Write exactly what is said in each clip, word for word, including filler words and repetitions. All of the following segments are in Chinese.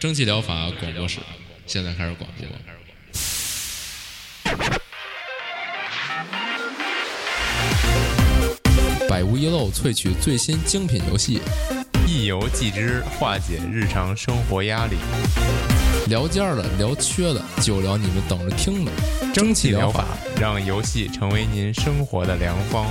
蒸汽疗法广播室现在开始广播。百无一漏萃取最新精品游戏， 一游即知，化解日常生活压力。 聊尖的，聊缺的，就聊你们等着听的。 蒸汽疗法，让游戏成为您生活的良方。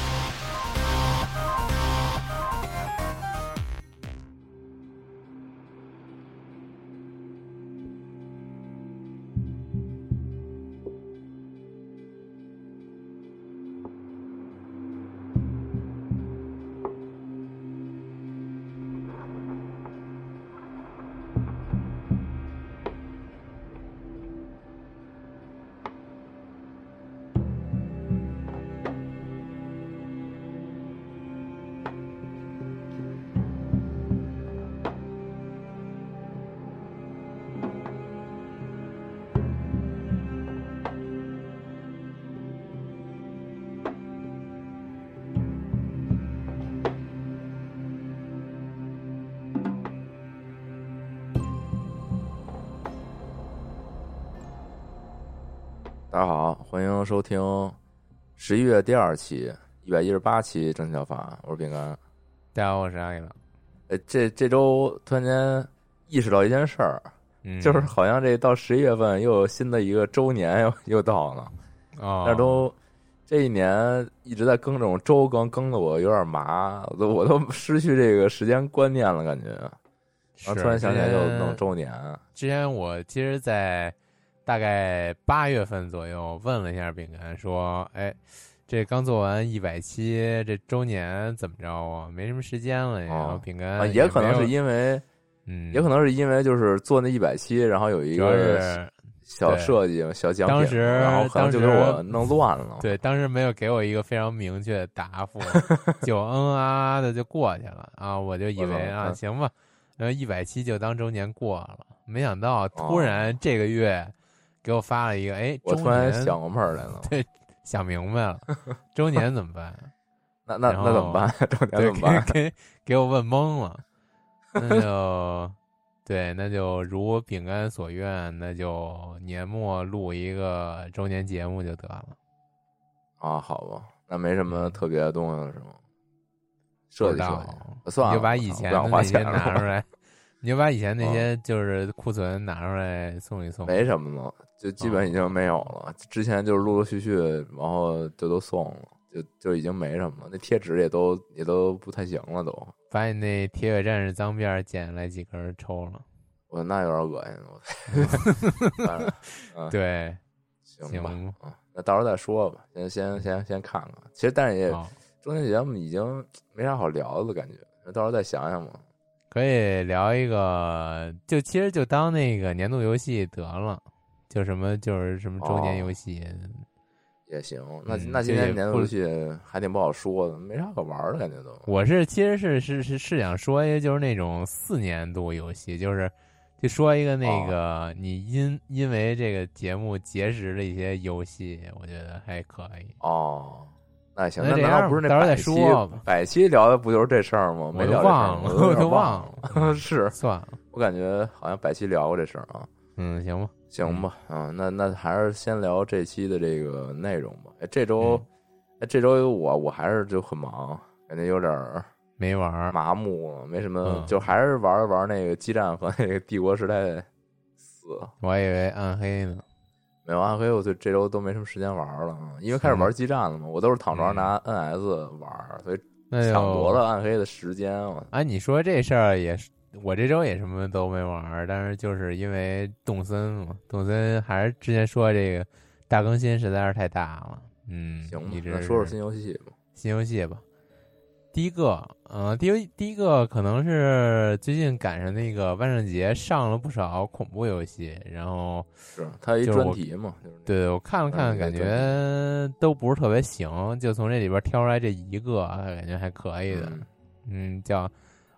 大家好，欢迎收听十一月第二期一百一十八期蒸汽疗法，我是饼干。 大家好，我是阿了。 哎，这这周突然间意识到一件事儿、 嗯， 就是好像这到十一月份又有新的一个周年又又到了， 哦， 但是都这一年一直在更这种周更，更的我有点麻，我都我都失去这个时间观念了，感觉。然后突然想起来就弄周年。 之前我其实，在大概八月份左右问了一下饼干，说：“哎，这刚做完一百期，这周年怎么着啊？没什么时间了呀。”然后饼干、 啊、也可能是因为， 嗯， 也可能是因为就是做那一百期，然后有一个小设计、小奖品， 当时然后可能就给我弄乱了。 对，当时没有给我一个非常明确的答复，就嗯啊的就过去了啊，我就以为啊，行吧，然后一百期就当周年过了，没想到突然这个月。哦，给我发了一个，哎， 我突然想过门来了， 对，想明白了，周年怎么办？ 那那那怎么办？周年怎么办？ 给给我问懵了，那就对，那就如饼干所愿，那就年末录一个周年节目就得了。 啊，好吧，那没什么特别的东西了，是吗？设计设计，算了， 你就把以前的那些拿出来。你就把以前那些就是库存拿出来送一送， 没什么了，就基本已经没有了。哦、之前就是陆陆续续，然后就都送了，就就已经没什么了。那贴纸也都也都不太行了，都把你那铁血战士脏辫剪下来几根抽了， 我那有点恶心了。嗯、对，行吧，行嗯，那到时候再说吧，先先先先看看。其实但是也中间节目已经没啥好聊的感觉，到时候再想想吧。 可以聊一个，就其实就当那个年度游戏得了，就什么就是什么周年游戏、哦、 也行。那、嗯、那今年年度游戏还挺不好说的，没啥可玩的感觉都。 我是其实是是是是想说一个，就是那种四年度游戏，就是就说一个那个、哦、你因因为这个节目结识的一些游戏，我觉得还可以。 哦。那行，那难道不是那百期百期聊的不就是这事儿吗？没聊这忘了，我都忘了。是， 算了， 我感觉好像百期聊过这事儿啊。 嗯，行吧， 行吧，啊，那那还是先聊这期的这个内容吧。哎，这周，哎、嗯，这周我我还是就很忙，感觉有点没玩麻木了，没什么， 嗯、 就还是玩玩那个激战和那个帝国时代四。 我还以为暗黑呢。 没有暗黑，我这这周都没什么时间玩了，因为开始玩激战了嘛，我都是躺床拿 N S 玩，嗯、所以抢夺了暗黑的时间。 啊，你说这事儿也是，我这周也什么都没玩，但是就是因为动森嘛，动森还是之前说这个大更新实在是太大了，嗯， 行吧， 一直那说说新游戏吧， 新游戏吧。第一个，嗯、呃，第一第一个可能是最近赶上那个万圣节上了不少恐怖游戏，然后是它一专题嘛，就是、 对我看了看，感觉都不是特别行，就从这里边挑出来这一个，感觉还可以的，嗯，嗯叫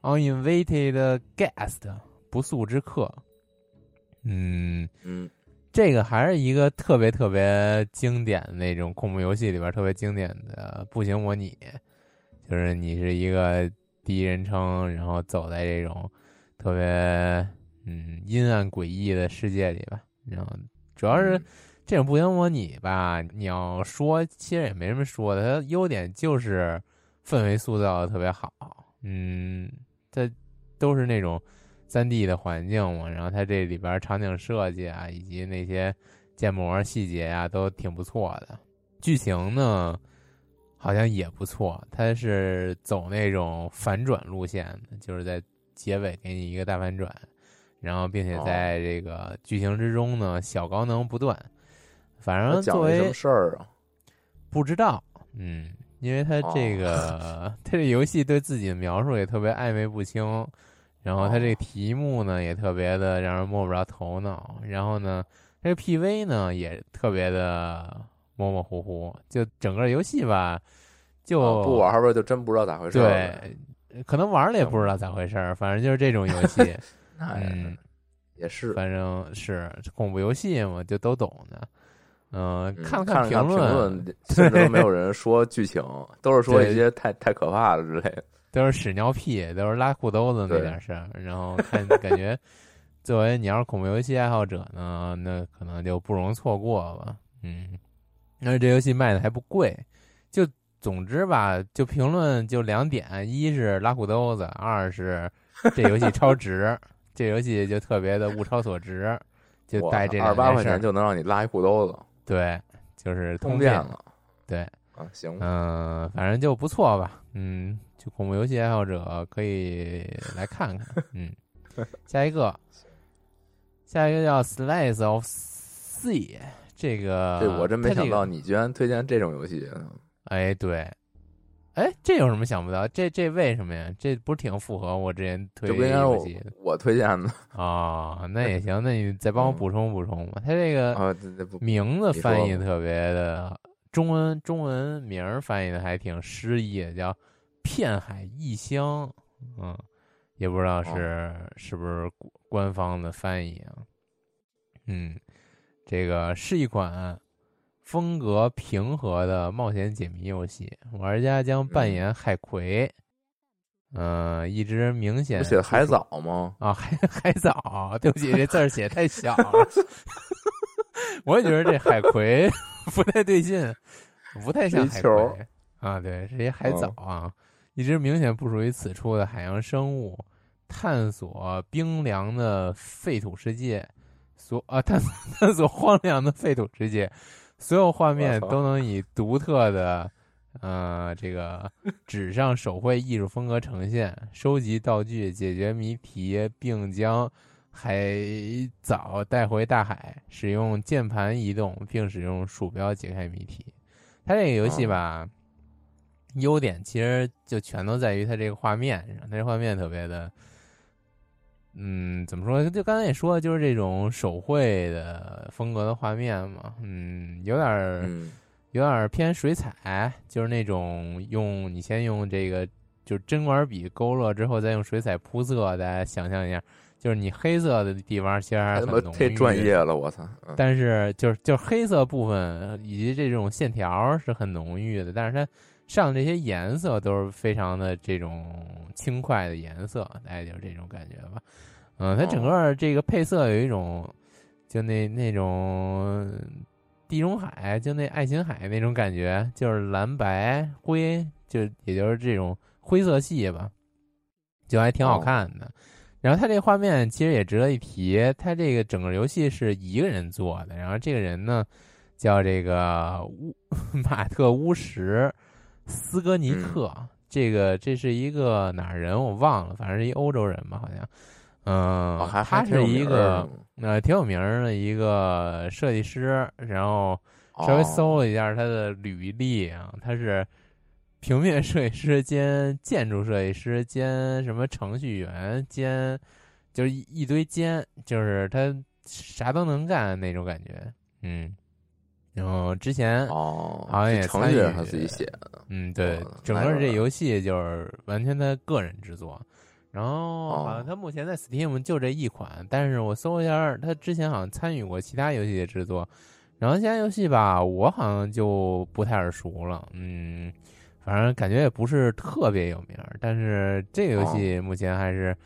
Uninvited Guest 不速之客，嗯嗯， 这个还是一个特别特别经典的那种恐怖游戏里边特别经典的步行模拟。就是你是一个第一人称，然后走在这种特别嗯，阴暗诡异的世界里吧。然后主要是这种步行模拟吧，你要说其实也没什么说的，它优点就是氛围塑造的特别好。嗯，它都是那种三 D 的环境嘛，然后它这里边场景设计啊，以及那些建模细节啊，都挺不错的。剧情呢，好像也不错，它是走那种反转路线的，就是在结尾给你一个大反转，然后并且在这个剧情之中呢，小高能不断。反正作为什么事儿啊？ 不知道，嗯，因为他这个、哦、他这游戏对自己的描述也特别暧昧不清，然后他这个题目呢也特别的让人摸不着头脑，然后呢，这个 P V 呢也特别的模模糊糊，就整个游戏吧，就、 哦、不玩吧就真不知道咋回事。 对，可能玩了也不知道咋回事，反正就是这种游戏，嗯， 也是， 反正是恐怖游戏嘛，就都懂的。呃、嗯，看看评论，甚至都没有人说剧情，都是说一些太太可怕了之类的， 都是屎尿屁，都是拉裤兜子那点事儿。然后看感觉，作为你要是恐怖游戏爱好者呢，那可能就不容错过吧。嗯，而这游戏卖的还不贵，就总之吧，就评论就两点：一是拉裤兜子，二是这游戏超值，这游戏就特别的物超所值，就带这二十八块钱就能让你拉一裤兜子。 对，就是通便了。 对， 啊，行， 嗯、呃，反正就不错吧。嗯，就恐怖游戏爱好者可以来看看。嗯，下一个，下一个叫 Slice of Sea， 这个， 对我真没想到这个、 你居然推荐这种游戏。 哎，对，哎，这有什么想不到？这这为什么呀？这不是挺符合我之前推荐的游戏的？ 我推荐的啊、哦，那也行，那你再帮我补充补充吧。他、嗯、这个名字翻译特别的，中文中文名翻译的还挺诗意的，叫《片海异乡》。嗯，也不知道是、哦、是不是官方的翻译啊？嗯，这个是一款风格平和的冒险解谜游戏，玩家将扮演海葵。嗯、呃，一只明显不写海藻吗？ 啊，海海藻，对不起，这字儿写太小了。我也觉得这海葵不太对劲，不太像海葵啊。对，是一海藻啊，哦、一只明显不属于此处的海洋生物，探索冰凉的废土世界，所啊探索探索荒凉的废土世界，所有画面都能以独特的。呃，这个纸上手绘艺术风格呈现，收集道具，解决谜题，并将海藻带回大海，使用键盘移动，并使用鼠标解开谜题。它这个游戏吧，哦、优点其实就全都在于它这个画面上，它这画面特别的，嗯，怎么说？就刚才也说，就是这种手绘的风格的画面嘛，嗯，有点儿。 嗯有点偏水彩，就是那种用你先用这个就是针管笔勾勒之后，再用水彩铺色，大家想象一下，就是你黑色的地方其实还是很浓郁， 太专业了，我操！ 嗯、但是就是就是黑色部分以及这种线条是很浓郁的，但是它上这些颜色都是非常的这种轻快的颜色，大概就是这种感觉吧。嗯，它整个这个配色有一种就那那种。地中海就那爱琴海那种感觉，就是蓝白灰，就也就是这种灰色系吧，就还挺好看的。哦、然后它这画面其实也值得一提，它这个整个游戏是一个人做的，然后这个人呢叫这个乌马特乌什斯格尼克，嗯、这个这是一个哪儿人我忘了，反正是一欧洲人吧，好像。嗯， 哦、还他是一个呃挺有名的一个设计师，然后稍微搜了一下他的履历啊，他是平面设计师兼建筑设计师兼什么程序员兼，就是一堆兼，就是他啥都能干那种感觉，嗯。然后之前哦， 好像也参与他自己写的， 嗯，对，整个这游戏就是完全他个人制作。然后好像他目前在 Steam 就这一款，但是我搜一下，他之前好像参与过其他游戏的制作。然后其他游戏吧，我好像就不太耳熟了，嗯，反正感觉也不是特别有名。但是这个游戏目前还是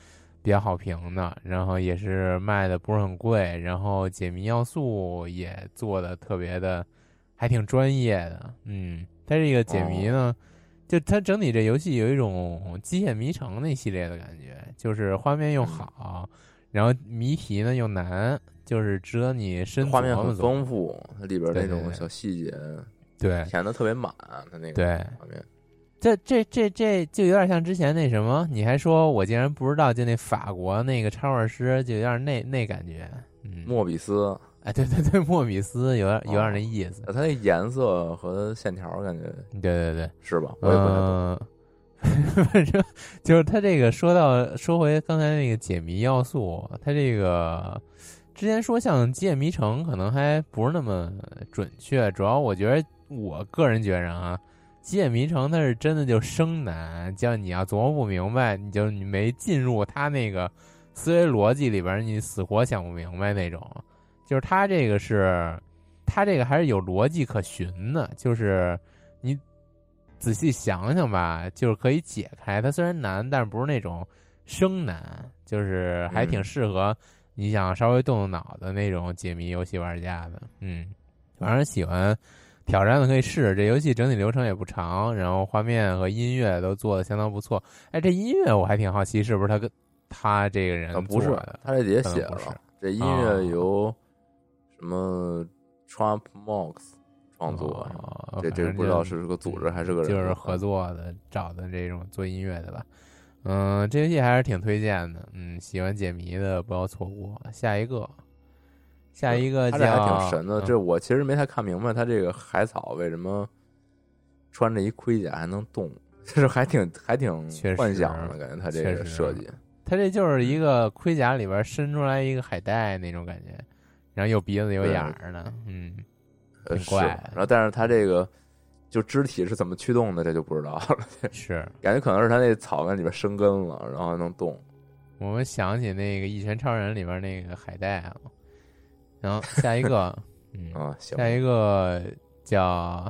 比较好评的，然后也是卖的不是很贵，然后解谜要素也做的特别的，还挺专业的。嗯，它这个解谜呢，哦、就它整体这游戏有一种机械迷城那系列的感觉，就是画面又好，嗯、然后谜题呢又难，就是值得你深琢磨。 画面很丰富，它里边那种小细节， 对， 填的特别满，它那个对画面。 这这这这就有点像之前那什么，你还说我竟然不知道，就那法国那个插画师，就有点那那感觉，嗯， 莫比斯， 哎，对对对，莫比斯有点有点那意思， 哦、它那颜色和线条感觉， 对对对， 是吧？我也不太懂。 呃、反正就是他这个说到说回刚才那个解谜要素，他这个之前说像机械迷城可能还不是那么准确，主要我觉得我个人觉着啊。机械迷城它是真的就生难，叫你要琢磨不明白，你就你没进入它那个思维逻辑里边，你死活想不明白那种。就是它这个是，它这个还是有逻辑可循的，就是你仔细想想吧，就是可以解开。它虽然难，但是不是那种生难，就是还挺适合你想稍微动动脑的那种解谜游戏玩家的。嗯，反正喜欢挑战的可以试试，这游戏整体流程也不长，然后画面和音乐都做的相当不错。哎，这音乐我还挺好奇，是不是他跟他这个人不是的？他这也写了，这音乐由什么 Trump Mox 创作， 哦、 这这不知道是个组织还是个人， 就是合作的找的这种做音乐的吧。嗯，这游戏还是挺推荐的，嗯，喜欢解谜的不要错过。下一个。下一个叫， 他这还挺神的。 嗯、 这我其实没太看明白，他这个海草为什么穿着一盔甲还能动，就是还挺还挺幻想的感觉。他这个设计， 他这就是一个盔甲里边伸出来一个海带那种感觉，然后有鼻子有眼儿的，嗯，挺怪的。 然后，但是他这个就肢体是怎么驱动的，这就不知道了。 是， 感觉可能是他那草根里边生根了，然后能动。 我们想起那个《一拳超人》里边那个海带啊。然后下一个，嗯， 啊， 下一个叫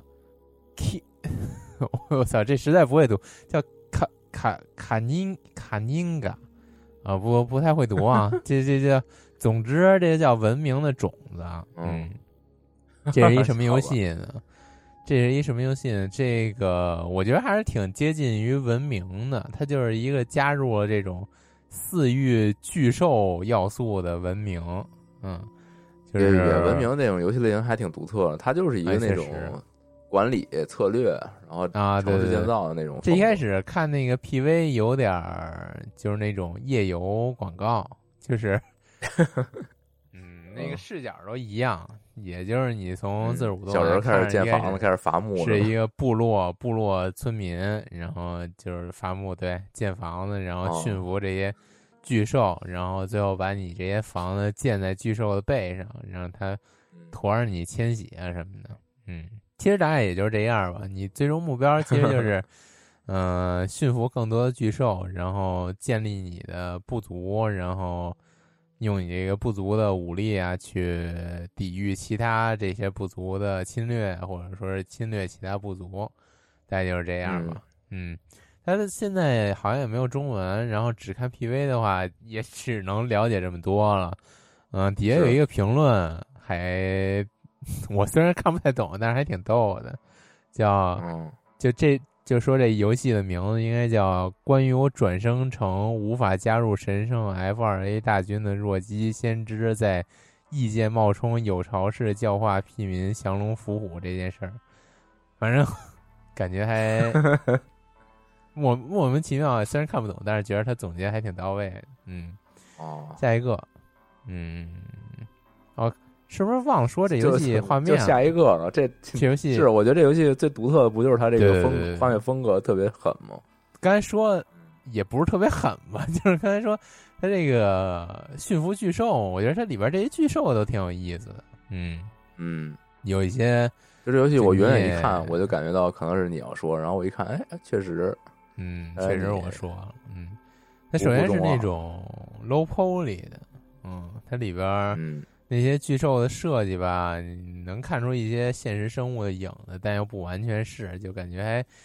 K， 我操，这实在不会读，叫卡卡卡宁卡宁嘎啊，不不太会读啊，这这这，总之这个叫文明的种子，嗯，这是一什么游戏呢？这是一什么游戏呢？这个我觉得还是挺接近于文明的，它就是一个加入了这种饲育巨兽要素的文明，嗯。就是也文明这种游戏类型还挺独特的，它就是一个那种管理策略，然后城市建造的那种。 这一开始看那个 P V 有点就是那种夜游广告，就是嗯，那个视角都一样，也就是你从四十五度小人开始建房子，开始伐木， 是一个部落部落村民，然后就是伐木，对，建房子，然后驯服这些。哦巨兽，然后最后把你这些房子建在巨兽的背上，让它驮着你迁徙啊什么的。嗯，其实大概也就是这样吧。你最终目标其实就是，呃，驯服更多的巨兽，然后建立你的部族，然后用你这个部族的武力啊，去抵御其他这些部族的侵略，或者说是侵略其他部族。大概就是这样吧。嗯。嗯它现在好像也没有中文，然后只看 P V 的话，也只能了解这么多了。嗯、呃，底下有一个评论，还我虽然看不太懂，但是还挺逗的，叫就这就说这游戏的名字应该叫《关于我转生成无法加入神圣 F 二 A 大军的弱鸡先知在异界冒充有巢氏教化屁民降龙伏虎这件事儿》，反正感觉还。莫莫名其妙，虽然看不懂，但是觉得他总结还挺到位。嗯， 哦， 下一个，嗯，哦，是不是忘了说这游戏画面？ 就下一个了。这这游戏是我觉得这游戏最独特的，不就是它这个风画面风格特别狠吗？ 刚才说也不是特别狠吧，就是刚才说它这个驯服巨兽，我觉得它里边这些巨兽都挺有意思的。嗯嗯， 有一些就这游戏我远远一看，我就感觉到可能是你要说，然后我一看，哎，确实。 嗯，确实我说了，嗯，它首先是那种 low poly 的，嗯，它里边嗯那些巨兽的设计吧，你能看出一些现实生物的影子，但又不完全是，就感觉还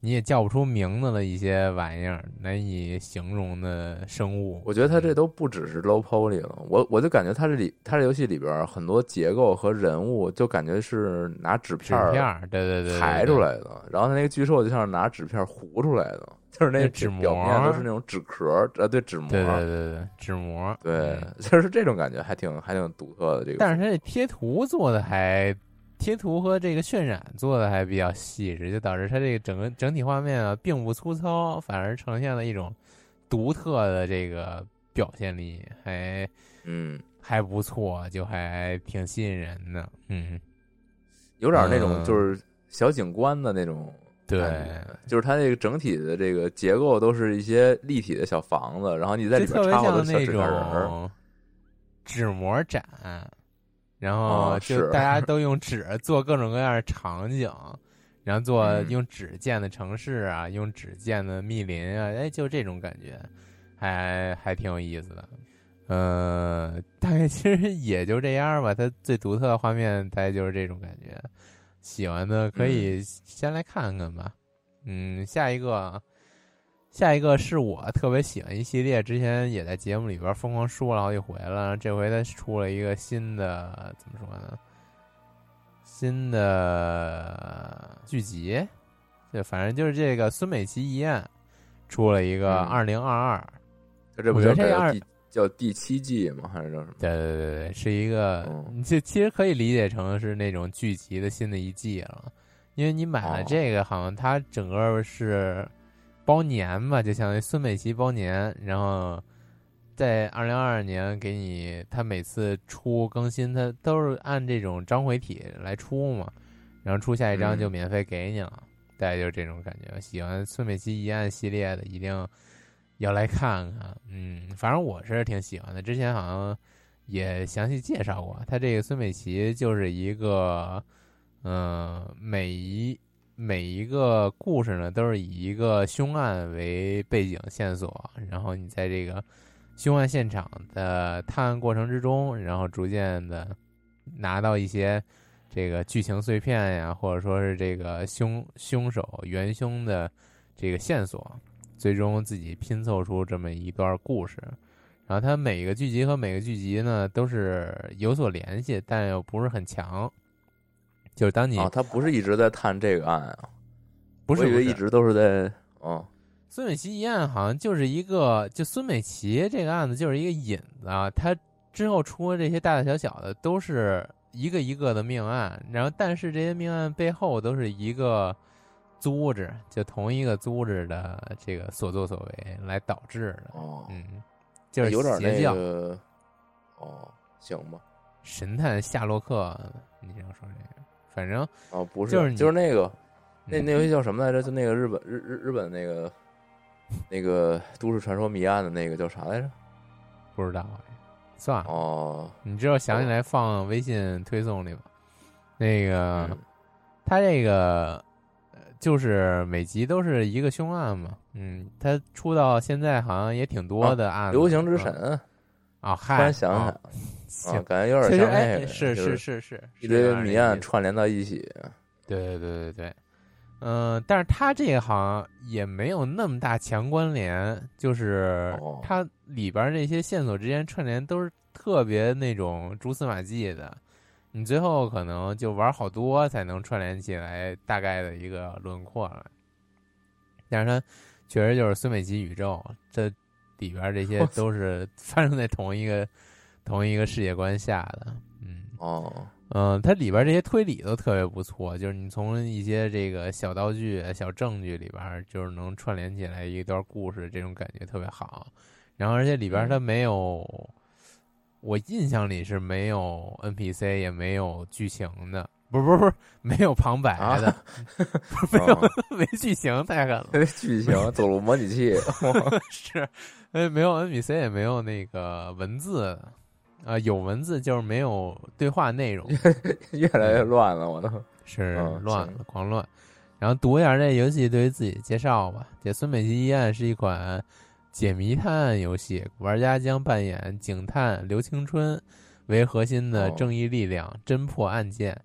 你也叫不出名字的一些玩意儿，难以形容的生物。 我觉得它这都不只是 low poly 了，我我就感觉它这里它这游戏里边很多结构和人物，就感觉是拿纸片纸片，对对 对， 排出来的。然后它那个巨兽就像是拿纸片糊出来的，就是那纸膜表面都是那种纸壳，呃，对，纸膜， 对对对对，纸膜， 对，就是这种感觉，还挺还挺独特的这个。 但是它这贴图做的还。贴图和这个渲染做的还比较细致，就导致它这个整个整体画面啊并不粗糙，反而呈现了一种独特的这个表现力，还嗯还不错，就还挺吸引人的。嗯， 有点那种就是小景观的那种， 对， 就是它这个整体的这个结构都是一些立体的小房子，然后你在里面插好多小纸片人， 纸模展。然后就大家都用纸做各种各样的场景，然后做用纸建的城市啊，嗯、用纸建的密林啊，哎，就这种感觉，还还挺有意思的。呃，大概其实也就这样吧。它最独特的画面大概就是这种感觉。喜欢的可以先来看看吧。嗯，下一个。下一个是我特别喜欢一系列，之前也在节目里边疯狂说了好几回了。这回他出了一个新的，怎么说呢？新的剧集，就反正就是这个孙美琪疑案出了一个二零二二， 他这不叫这第叫第七季吗？还是叫什么？ 对对对对，是一个， 嗯、 就其实可以理解成是那种剧集的新的一季了，因为你买了这个，哦、好像它整个是。包年吧，就相当于孙美琪包年，然后在二零二二年给你，他每次出更新，他都是按这种章回体来出嘛，然后出下一章就免费给你了，嗯、大概就是这种感觉。喜欢孙美琪疑案系列的，一定要来看看。嗯，反正我是挺喜欢的，之前好像也详细介绍过，他这个孙美琪就是一个，嗯、呃，每一。每一个故事呢，都是以一个凶案为背景线索，然后你在这个凶案现场的探案过程之中，然后逐渐的拿到一些这个剧情碎片呀，或者说是这个凶凶手元凶的这个线索，最终自己拼凑出这么一段故事。然后它每个剧集和每个剧集呢都是有所联系，但又不是很强。就是当你啊、哦，他不是一直在探这个案啊， 不是， 我以为一直都是在哦。 孙美琪一案好像就是一个，就孙美琪这个案子就是一个引子啊，他之后出的这些大大小小的都是一个一个的命案，然后但是这些命案背后都是一个组织，就同一个组织的这个所作所为来导致的。 哦， 嗯，就是有点邪教。 那个哦，行吧。 神探夏洛克，你这样说这个。反正哦，不是， 就是就是那个，那那游戏叫什么来着？就那个日本日日日本那个那个都市传说谜案的那个叫啥来着？ 不知道，算了。 哦， 你之后想起来放微信推送里吧。那个， 嗯、 他这个就是每集都是一个凶案嘛。嗯，他出到现在好像也挺多的案子。 啊、流行之神啊，嗨， 突然想想。 啊啊，感觉有点像那个， 是是是是， 一堆谜案串联到一起。 对对对对对，嗯、呃，但是它这个好像也没有那么大强关联，就是它里边这些线索之间串联都是特别那种蛛丝马迹的，你最后可能就玩好多才能串联起来大概的一个轮廓了。但是它确实就是孙美琪宇宙，这里边这些都是发生在同一个。同一个世界观下的，嗯， 哦， 嗯，它里边这些推理都特别不错，就是你从一些这个小道具、小证据里边，就是能串联起来一段故事，这种感觉特别好。然后，而且里边它没有，嗯、我印象里是没有 N P C， 也没有剧情的，不是不是不是，没有旁白的，啊、没有、哦、没剧情，太狠了， 没剧情，走路模拟器是，哎，没有 N P C， 也没有那个文字。啊、呃，有文字就是没有对话内容， 越来越乱了，我都是乱了，狂乱。然后读一下这游戏对于自己介绍吧。这孙美琪疑案是一款解谜探案游戏，玩家将扮演警探刘青春为核心的正义力量，侦破案件，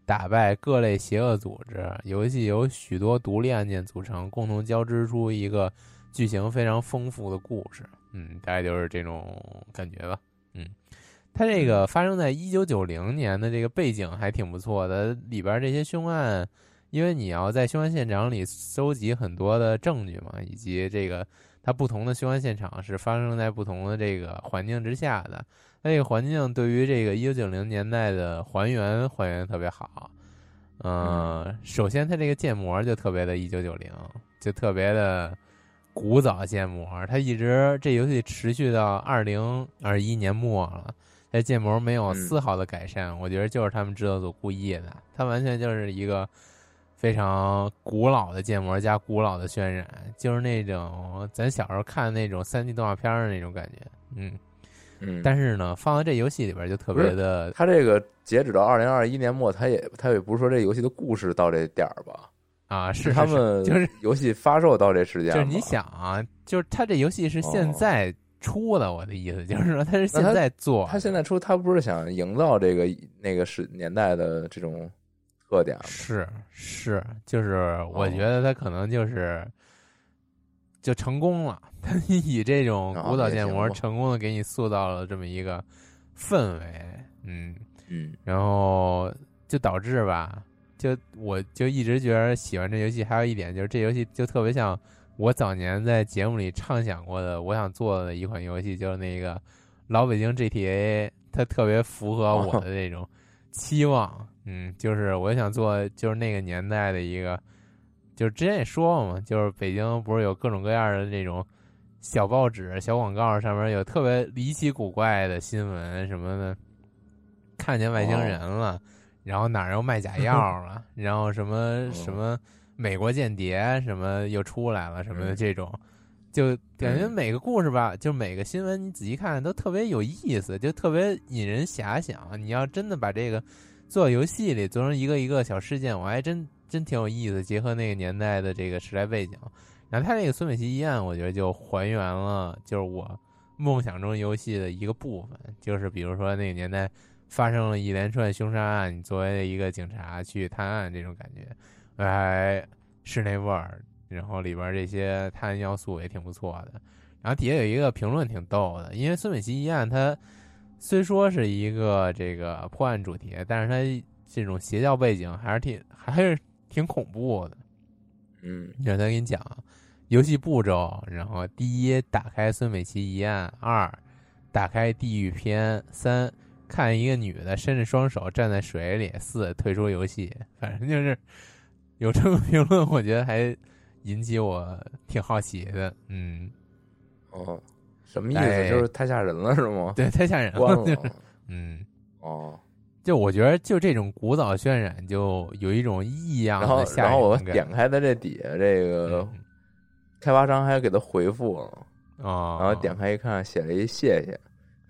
打败各类邪恶组织。游戏由许多独立案件组成，共同交织出一个剧情非常丰富的故事。嗯，大概就是这种感觉吧。嗯，它这个发生在一九九零年的这个背景还挺不错的，里边这些凶案，因为你要在凶案现场里收集很多的证据嘛，以及这个它不同的凶案现场是发生在不同的这个环境之下的。它这个环境对于这个一九九零年代的还原还原特别好。嗯、呃，首先它这个建模就特别的一九九零，就特别的古早建模。它一直这游戏持续到二零二一年末了，这建模没有丝毫的改善。我觉得就是他们制作组故意的，它完全就是一个非常古老的建模加古老的渲染，就是那种咱小时候看那种三 D 动画片的那种感觉。嗯嗯， 但是呢，放到这游戏里边就特别的， 它这个截止到二零二一年末，它也它也不是说这游戏的故事到这点儿吧？ 啊，是他们就是游戏发售到这时间， 就是你想啊，就是它这游戏是现在出的，我的意思就是说它是现在做， 它现在出，它不是想营造这个那个时年代的这种特点吗？ 是是，就是我觉得它可能就是就成功了，它以这种古早建模成功的给你塑造了这么一个氛围，嗯嗯， 然后就导致吧。就我就一直觉得喜欢这游戏，还有一点就是这游戏就特别像我早年在节目里畅想过的我想做的一款游戏，就是那个老北京 G T A， 它特别符合我的这种期望。嗯，就是我想做就是那个年代的一个，就是之前也说过嘛，就是北京不是有各种各样的那种小报纸小广告，上面有特别离奇古怪的新闻什么的，看见外星人了。哦，然后哪儿又卖假药了，然后什么什么美国间谍什么又出来了什么的，这种就感觉每个故事吧，就每个新闻你仔细看都特别有意思，就特别引人遐想。你要真的把这个做游戏里做成一个一个小事件，我还真真挺有意思，结合那个年代的这个时代背景。然后他这个孙美琪一案，我觉得就还原了就是我梦想中游戏的一个部分，就是比如说那个年代发生了一连串凶杀案，你作为一个警察去探案，这种感觉还室内味儿，然后里边这些探案要素也挺不错的。然后底下有一个评论挺逗的，因为孙美琪一案它虽说是一个这个破案主题，但是它这种邪教背景还是挺还是挺恐怖的。 嗯， 让他给你讲游戏步骤，然后第一打开孙美琪一案，二打开地狱篇，三看一个女的伸着双手站在水里，四退出游戏。反正就是有这个评论，我觉得还引起我挺好奇的。嗯， 哦，什么意思？就是太吓人了是吗？ 对，太吓人了。了嗯， 哦， 就我觉得就这种古早渲染，就有一种异样的吓人。 然后，然后我点开的这底下这个、嗯、开发商还给他回复了。 哦， 然后点开一看，写了一谢谢。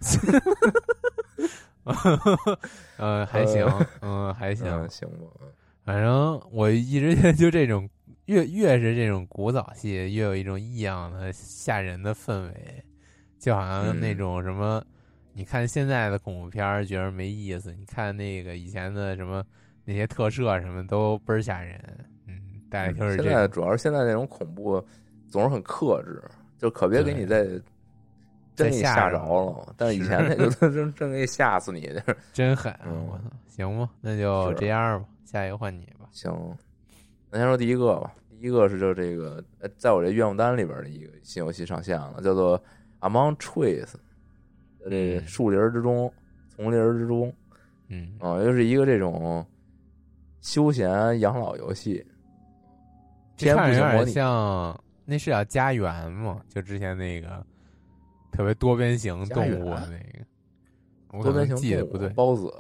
呃，还行，嗯、呃，还行， 嗯、行吧。 反正我一直觉得，就这种越越是这种古早戏，越有一种异样的吓人的氛围，就好像那种什么，嗯、你看现在的恐怖片觉得没意思，你看那个以前的什么那些特摄什么都倍儿吓人。嗯，大概就是这、嗯。 现在主要是现在那种恐怖总是很克制，就可别给你再。真给吓着了，但是以前那就真真给吓死你， 真狠！我操，行吧，那就这样吧，下一个换你吧。 行，那先说第一个吧。第一个是就这个，在我这愿望单里边的一个新游戏上线了，叫做《Among Trees》，这树林之中、丛林之中， 嗯啊，又是一个这种休闲养老游戏。 这看着有点像，那是叫家园吗？就之前那个。特别多边形动物那个，我多边形记得不对， 包子，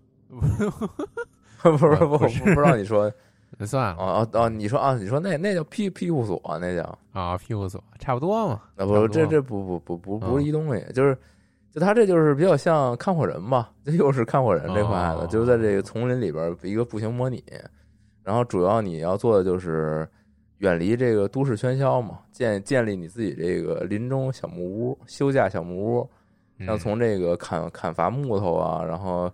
不是不不不知道你说， 那算了哦哦，你说啊，你说那那叫庇庇护所，那叫啊庇护所，差不多嘛。 啊不，这这不不不不不是一东西，嗯、就是就他这就是比较像看火人吧，这又是看火人这块的， 哦、 就是在这个丛林里边一个步行模拟，然后主要你要做的就是远离这个都市喧嚣嘛，建建立你自己这个林中小木屋，休假小木屋，像从这个砍砍伐木头啊，然后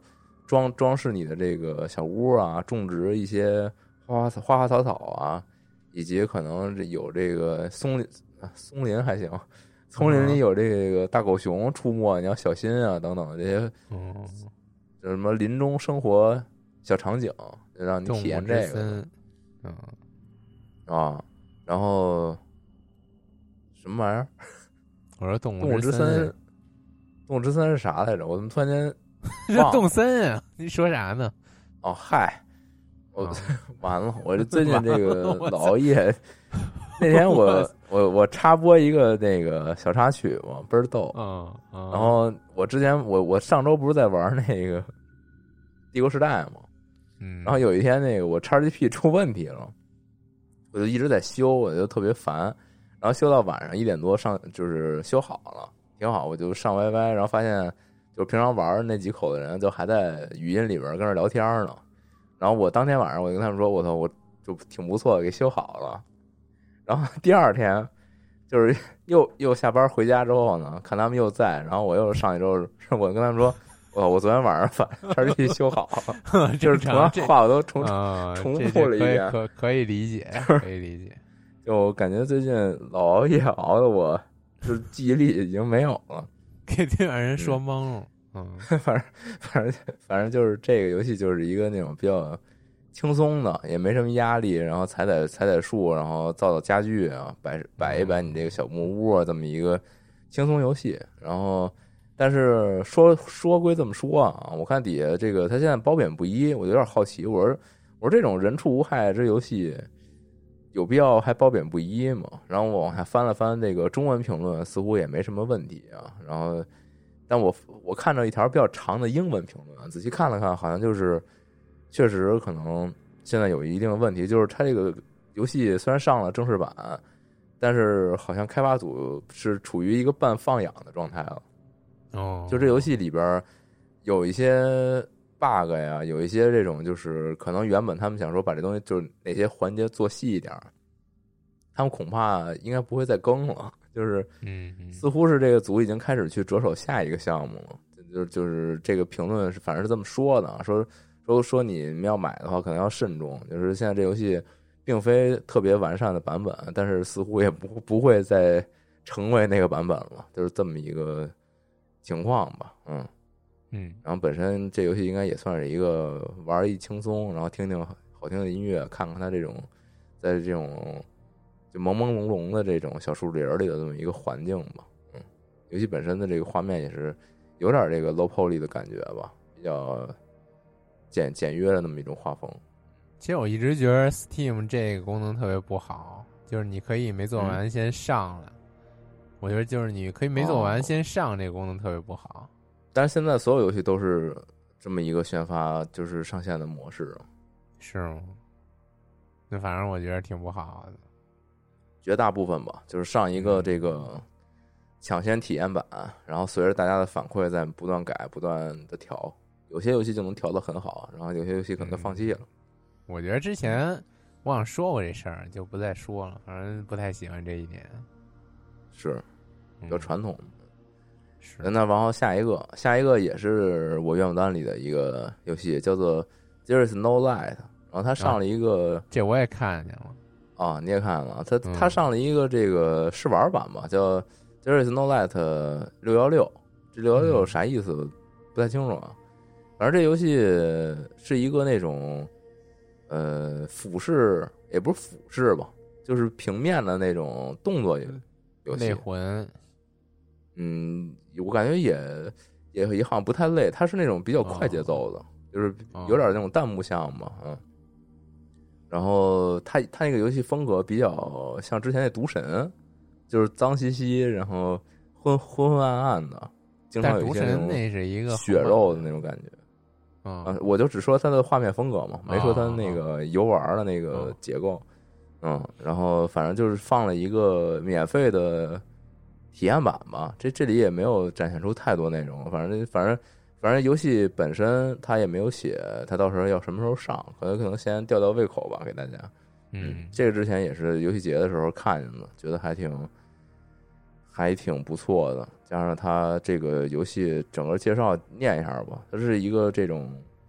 装装饰你的这个小屋啊，种植一些花花花花草草啊，以及可能有这个松林，松林还行，丛林里有这个大狗熊出没，你要小心啊，等等这些，嗯，就什么林中生活小场景，就让你体验这个，嗯，啊，然后什么玩意儿？ 我说动物之森，动物之森是啥来着？我怎么突然间这动森啊？你说啥呢？ 哦，嗨，我、哦、完了！我这最近这个老熬夜。那天我我我插播一个那个小插曲嘛，倍儿逗。嗯，嗯然后我之前我我上周不是在玩那个帝国时代嘛，嗯，然后有一天那个我 X G P 出问题了，我就一直在修，我就特别烦，然后修到晚上一点多上，就是修好了，挺好，我就上 Y Y， 然后发现就平常玩那几口的人就还在语音里边跟那聊天呢，然后我当天晚上我就跟他们说，我操，我就挺不错的，给修好了。然后第二天，就是又又下班回家之后呢，看他们又在，然后我又上去之后，我跟他们说，我我昨天晚上把叉 G P 修好了，就是同样话我都重、呃、重复了一遍， 可可以理解，可以理解。 就感觉最近老熬夜熬的我，就是记忆力已经没有了， 给这让人说懵了。嗯， 嗯反正反正反正就是这个游戏就是一个那种比较轻松的，也没什么压力，然后采采采采树，然后造造家具啊，摆摆一摆你这个小木屋啊，这么一个轻松游戏。然后，但是说说归这么说啊，我看底下这个他现在褒贬不一，我有点好奇，我说我说这种人畜无害这游戏有必要还褒贬不一吗？然后我往下翻了翻这个中文评论，似乎也没什么问题啊。然后，但我我看着一条比较长的英文评论，仔细看了看，好像就是。确实可能现在有一定的问题，就是它这个游戏虽然上了正式版，但是好像开发组是处于一个半放养的状态了。哦，就这游戏里边有一些 bug 呀，有一些这种就是可能原本他们想说把这东西就是哪些环节做细一点，他们恐怕应该不会再更了。就是嗯，似乎是这个组已经开始去着手下一个项目了。就就是这个评论是反正是这么说的，说。都说你们要买的话，可能要慎重。就是现在这游戏并非特别完善的版本，但是似乎也不不会再成为那个版本了，就是这么一个情况吧。嗯嗯。然后本身这游戏应该也算是一个玩一轻松，然后听听好听的音乐，看看它这种在这种就朦朦胧胧的这种小树林里的这么一个环境吧。嗯，游戏本身的这个画面也是有点这个 low poly 的感觉吧，比较。简简约的那么一种画风。 其实我一直觉得 Steam 这个功能特别不好，就是你可以没做完先上来。嗯、我觉得就是你可以没做完先上这个功能特别不好。哦、 但是现在所有游戏都是这么一个宣发就是上线的模式。 是吗？那反正我觉得挺不好的。 绝大部分吧，就是上一个这个抢先体验版，然后随着大家的反馈在不断改、不断的调。有些游戏就能调得很好，然后有些游戏可能就放弃了。 嗯、我觉得之前我好像说过这事儿，就不再说了。反正不太喜欢这一点， 是比较传统。 嗯、是那然后下一个，下一个也是我愿望单里的一个游戏，叫做 There is no light。然后它上了一个， 啊、这我也看见了啊，你也看了。它它上了一个这个试玩版吧，叫 There is no light 六一六。这六一六啥意思？嗯、不太清楚啊。反正这游戏是一个那种，呃，俯视也不是俯视吧，就是平面的那种动作游戏。 内魂， 嗯，我感觉也也也好像不太累，它是那种比较快节奏的，哦、就是有点那种弹幕项目，嗯。然后它它那个游戏风格比较像之前那《毒神》，就是脏兮兮，然后昏昏昏暗暗的，经常有一些那种那是一个血肉的那种感觉。啊，我就只说它的画面风格嘛，没说它那个游玩的那个结构。嗯，然后反正就是放了一个免费的体验版吧，这这里也没有展现出太多内容。反正反正反正游戏本身它也没有写，它到时候要什么时候上，可能可能先吊吊胃口吧，给大家。嗯，这个之前也是游戏节的时候看见的，觉得还挺还挺不错的。加上它这个游戏整个介绍念一下吧，它是一个这种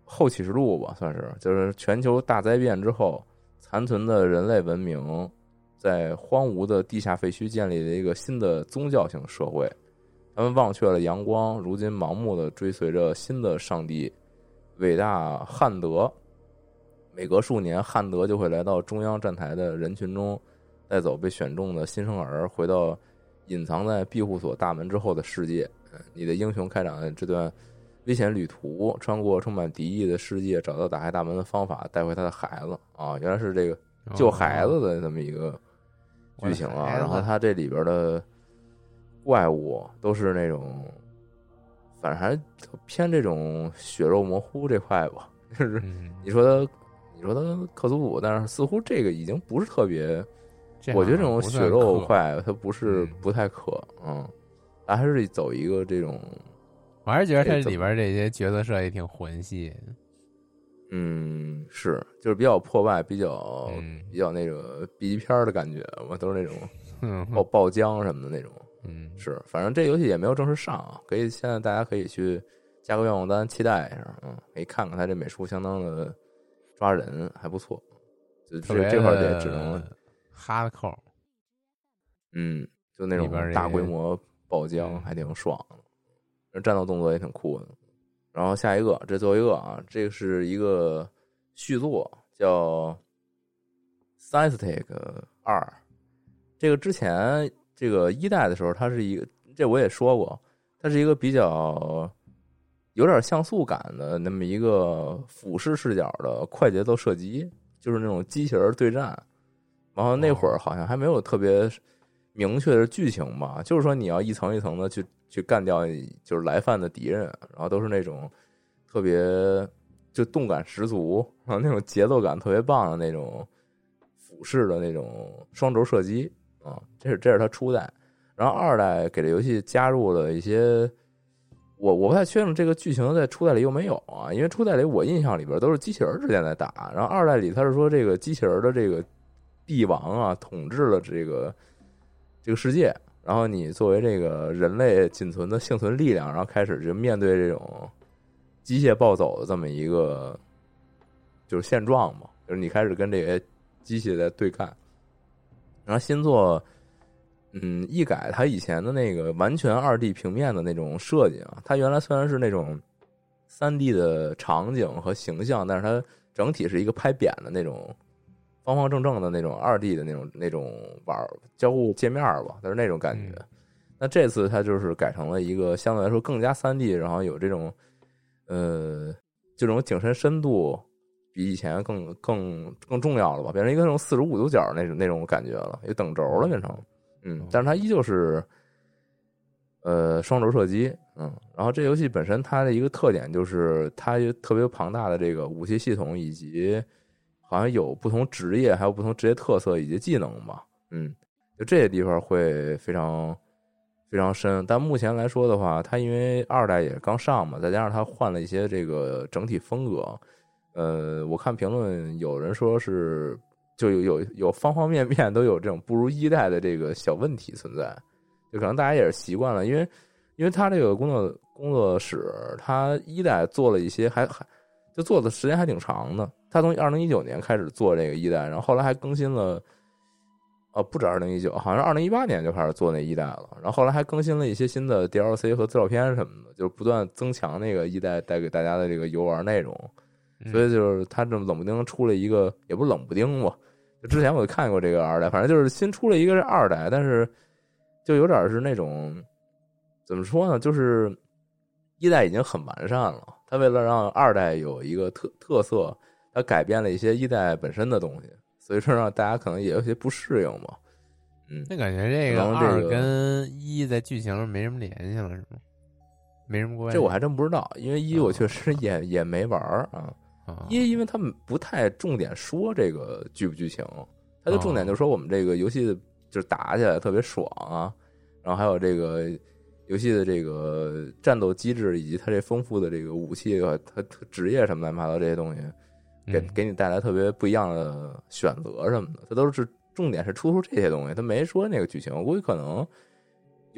后启示录吧，算是就是全球大灾变之后残存的人类文明在荒芜的地下废墟建立了一个新的宗教性社会，他们忘却了阳光，如今盲目的追随着新的上帝伟大汉德。每隔数年，汉德就会来到中央站台的人群中，带走被选中的新生儿，回到隐藏在庇护所大门之后的世界。你的英雄开展这段危险旅途，穿过充满敌意的世界，找到打开大门的方法，带回他的孩子啊！原来是这个救孩子的这么一个剧情啊。然后他这里边的怪物都是那种，反正还偏这种血肉模糊这块吧。就是你说他，你说他克苏鲁，但是似乎这个已经不是特别。我觉得这种血肉块它不是不太可，嗯，它还是走一个这种。 我还是觉得它里边这些角色设计挺魂系。 嗯，是，就是比较破败，比较、嗯、比较那个 B 级片的感觉嘛，都是那种爆爆浆什么的那种。 嗯， 是，反正这游戏也没有正式上啊，可以现在大家可以去加个愿望单，期待一下，嗯，可以看看它这美术相当的抓人，还不错。就这这块得只能哈的扣， 嗯，就那种大规模爆浆，还挺爽的，战斗动作也挺酷的。然后下一个，这最后一个啊，这个是一个续作，叫 Systematic 二。这个之前这个一代的时候，它是一个，这我也说过，它是一个比较有点像素感的那么一个俯视视角的快节奏射击，就是那种机器人对战。然后那会儿好像还没有特别明确的剧情吧，就是说你要一层一层的去去干掉就是来犯的敌人，然后都是那种特别就动感十足，然后那种节奏感特别棒的那种俯视的那种双轴射击啊，这是这是它初代。然后二代给这游戏加入了一些，我我不太确定这个剧情在初代里有没有啊，因为初代里我印象里边都是机器人之间在打，然后二代里他是说这个机器人的这个帝王啊统治了这个这个世界，然后你作为这个人类仅存的幸存力量，然后开始就面对这种机械暴走的这么一个就是现状嘛，就是你开始跟这些机器在对干。然后新作嗯一改它以前的那个完全二 D 平面的那种设计啊，它原来虽然是那种三 D 的场景和形象，但是它整体是一个拍扁的那种方方正正的那种二 D 的那种那种玩交互界面吧，但是那种感觉。嗯、那这次它就是改成了一个相对来说更加三 D， 然后有这种呃这种景深深度比以前更更更重要了吧，变成一个那种四十五度角那种那种感觉了，有等轴了变成。嗯，但是它依旧是呃双轴射击。嗯，然后这游戏本身它的一个特点就是它有特别庞大的这个武器系统，以及好像有不同职业，还有不同职业特色以及技能吧。嗯，就这些地方会非常非常深。但目前来说的话，它因为二代也刚上嘛，再加上它换了一些这个整体风格。呃，我看评论有人说是就有有有方方面面都有这种不如一代的这个小问题存在，就可能大家也是习惯了，因为因为他这个工作工作室，他一代做了一些还还就做的时间还挺长的。他从二零一九年开始做这个一代，然后后来还更新了，呃，不止二零一九，好像是二零一八年就开始做那一代了。然后后来还更新了一些新的 D L C 和资料片什么的，就是不断增强那个一代带给大家的这个游玩内容。所以就是他这么冷不丁出了一个，也不是冷不丁吧，就之前我就看过这个二代，反正就是新出了一个二代，但是就有点是那种怎么说呢，就是一代已经很完善了，他为了让二代有一个特特色，他改变了一些一代本身的东西，所以说让大家可能也有些不适应嘛。嗯， 那感觉这个二跟一在剧情上没什么联系了，是吗？没什么关系。 这我还真不知道，因为一我确实也、哦、也没玩啊。一因为他们不太重点说这个剧不剧情，他就重点就说我们这个游戏就是打起来特别爽啊，然后还有这个游戏的这个战斗机制以及它这丰富的这个武器和它职业什么乱七八糟这些东西，给给你带来特别不一样的选择什么的，它都是重点是突出这些东西，他没说那个剧情。我估计可能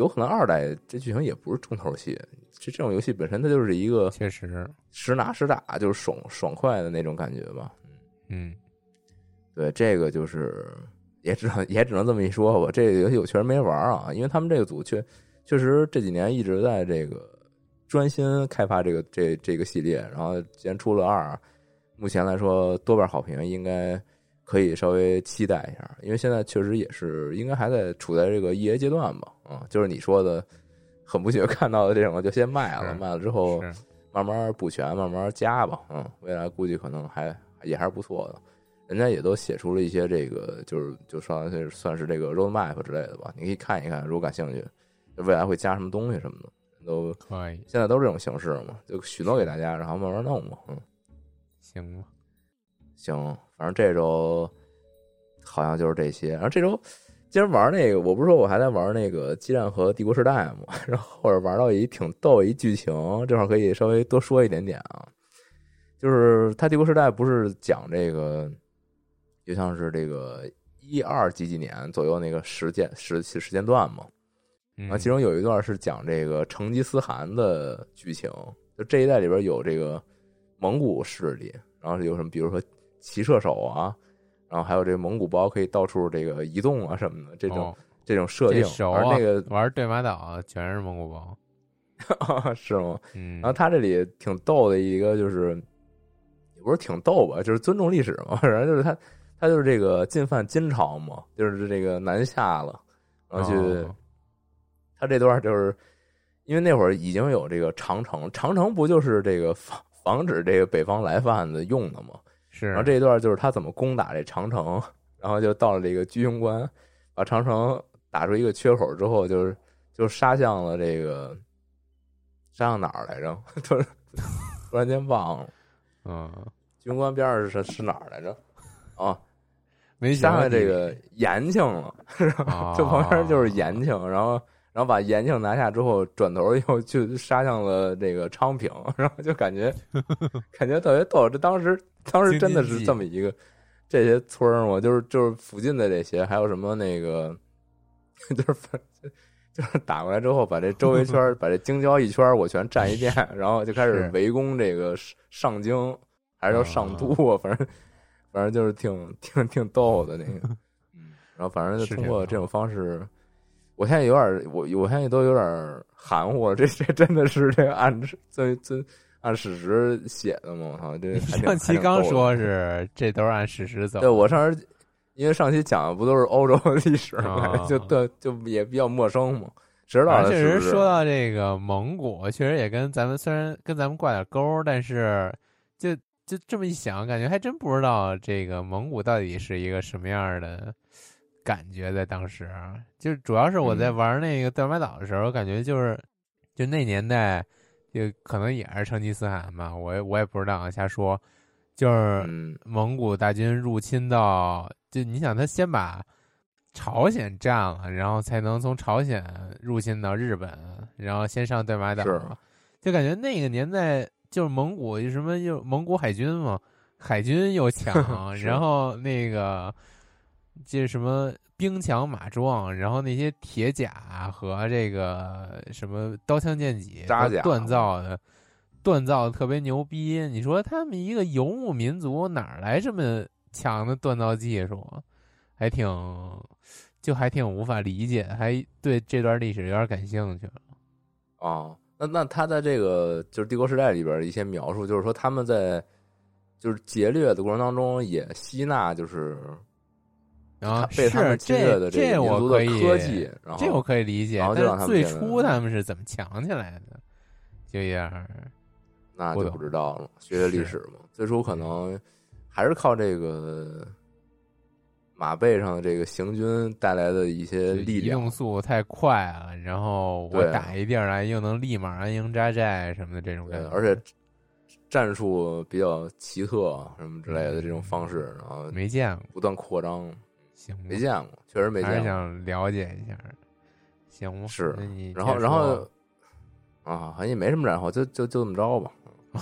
有可能二代这剧情也不是重头戏，这这种游戏本身它就是一个确实实拿实打，就是爽爽快的那种感觉吧。 嗯， 对，这个就是也只能也只能这么一说吧。这个游戏我确实没玩啊，因为他们这个组确确实这几年一直在这个专心开发这个这这个系列，然后既然出了二，目前来说多半好评，应该可以稍微期待一下，因为现在确实也是应该还在处在这个 E A 阶段吧。啊，就是你说的很不喜欢看到的这种，就先卖了，卖了之后慢慢补全，慢慢加吧。嗯，未来估计可能还也还是不错的。人家也都写出了一些这个，就是就算是算是这个 roadmap 之类的吧，你可以看一看，如果感兴趣，未来会加什么东西什么的，都可以。 现在都是这种形式嘛，就许诺给大家，然后慢慢弄嘛。嗯， 行吧， 行，反正这周好像就是这些。然后这周今儿玩那个，我不是说我还在玩那个激战和帝国时代嘛，然后或者玩到一挺逗一剧情，这会儿可以稍微多说一点点啊。就是他帝国时代不是讲这个，就像是这个一二几几年左右那个时间时时间段嘛。然后其中有一段是讲这个成吉思汗的剧情，就这一代里边有这个蒙古势力，然后有什么比如说骑射手啊，然后还有这个蒙古包可以到处这个移动啊什么的这种、哦、这种设定。 熟啊，那个玩对马岛全是蒙古包， 是吗？ 嗯。 然后他这里挺逗的一个就是，也不是挺逗吧，就是尊重历史嘛。反正就是他他就是这个进犯金朝嘛，就是这个南下了，然后去。哦，他这段就是因为那会儿已经有这个长城，长城不就是这个防防止这个北方来犯的用的吗？ 是。 然后这一段就是他怎么攻打这长城，然后就到了这个居庸关，把长城打出一个缺口之后，就是就杀向了这个杀向哪儿来着？突然突然间忘了。 嗯， 居庸关边上是是哪儿来着？啊。 没杀了这个延庆了， 哦、 就旁边就是延庆，然后然后把延庆拿下之后，转头又就杀向了这个昌平，然后就感觉感觉特别逗。这当时当时真的是这么一个这些村儿嘛，就是就是附近的这些，还有什么那个就是就是打过来之后，把这周围圈把这京郊一圈我全占一遍，然后就开始围攻这个上京还是叫上都啊，反正。反正就是挺挺挺逗的那个，嗯，然后反正就通过这种方式，我现在有点我我现在都有点含糊了，这这真的是这个按这这按史实写的吗？哈，这上期刚说是这都是按史实走。 对，我上次因为上期讲的不都是欧洲的历史嘛，哦、就对就也比较陌生嘛。知道确实说到这个蒙古，确实也跟咱们虽然跟咱们挂点钩，但是就。就这么一想，感觉还真不知道这个蒙古到底是一个什么样的感觉。在当时，就主要是我在玩那个对马岛的时候，嗯、感觉就是就那年代，就可能也是成吉思汗嘛，我也我也不知道，瞎说。就是蒙古大军入侵到，就你想他先把朝鲜占了，然后才能从朝鲜入侵到日本，然后先上对马岛，就感觉那个年代。就是蒙古什么又蒙古海军嘛，海军又强，然后那个这什么兵强马壮，然后那些铁甲和这个什么刀枪剑戟锻造的，锻造的特别牛逼。你说他们一个游牧民族哪来这么强的锻造技术？还挺就还挺无法理解，还对这段历史有点感兴趣了。 哦。那那他在这个就是帝国时代里边的一些描述，就是说他们在就是劫掠的过程当中也吸纳就是啊被他们侵略的这个民族的科技，然后这我可以理解。 然后就让他们最初他们是怎么强起来的？就有点那就不知道了。学学历史嘛，最初可能还是靠这个马背上的这个行军带来的一些力量， 移动速度太快了，然后我打一地儿来又能立马安营扎寨什么的这种感觉， 而且战术比较奇特什么之类的这种方式，然后没见过， 不断扩张， 行， 没见过，确实没见过， 还是想了解一下，行吗？ 是， 那你然后然后啊，好像也没什么然后，就就就这么着吧。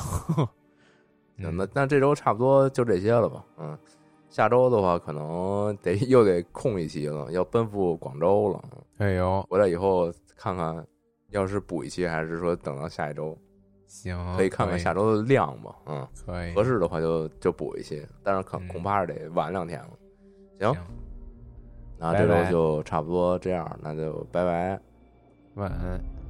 那那这周差不多就这些了吧，嗯。下周的话，可能得又得空一期了，要奔赴广州了。 哎呦， 回来以后看看，要是补一期，还是说等到下一周？ 行， 可以看看下周的量吧。嗯， 可以， 合适的话就就补一期，但是可恐怕是得晚两天了。行，那这周就差不多这样，那就拜拜， 晚安。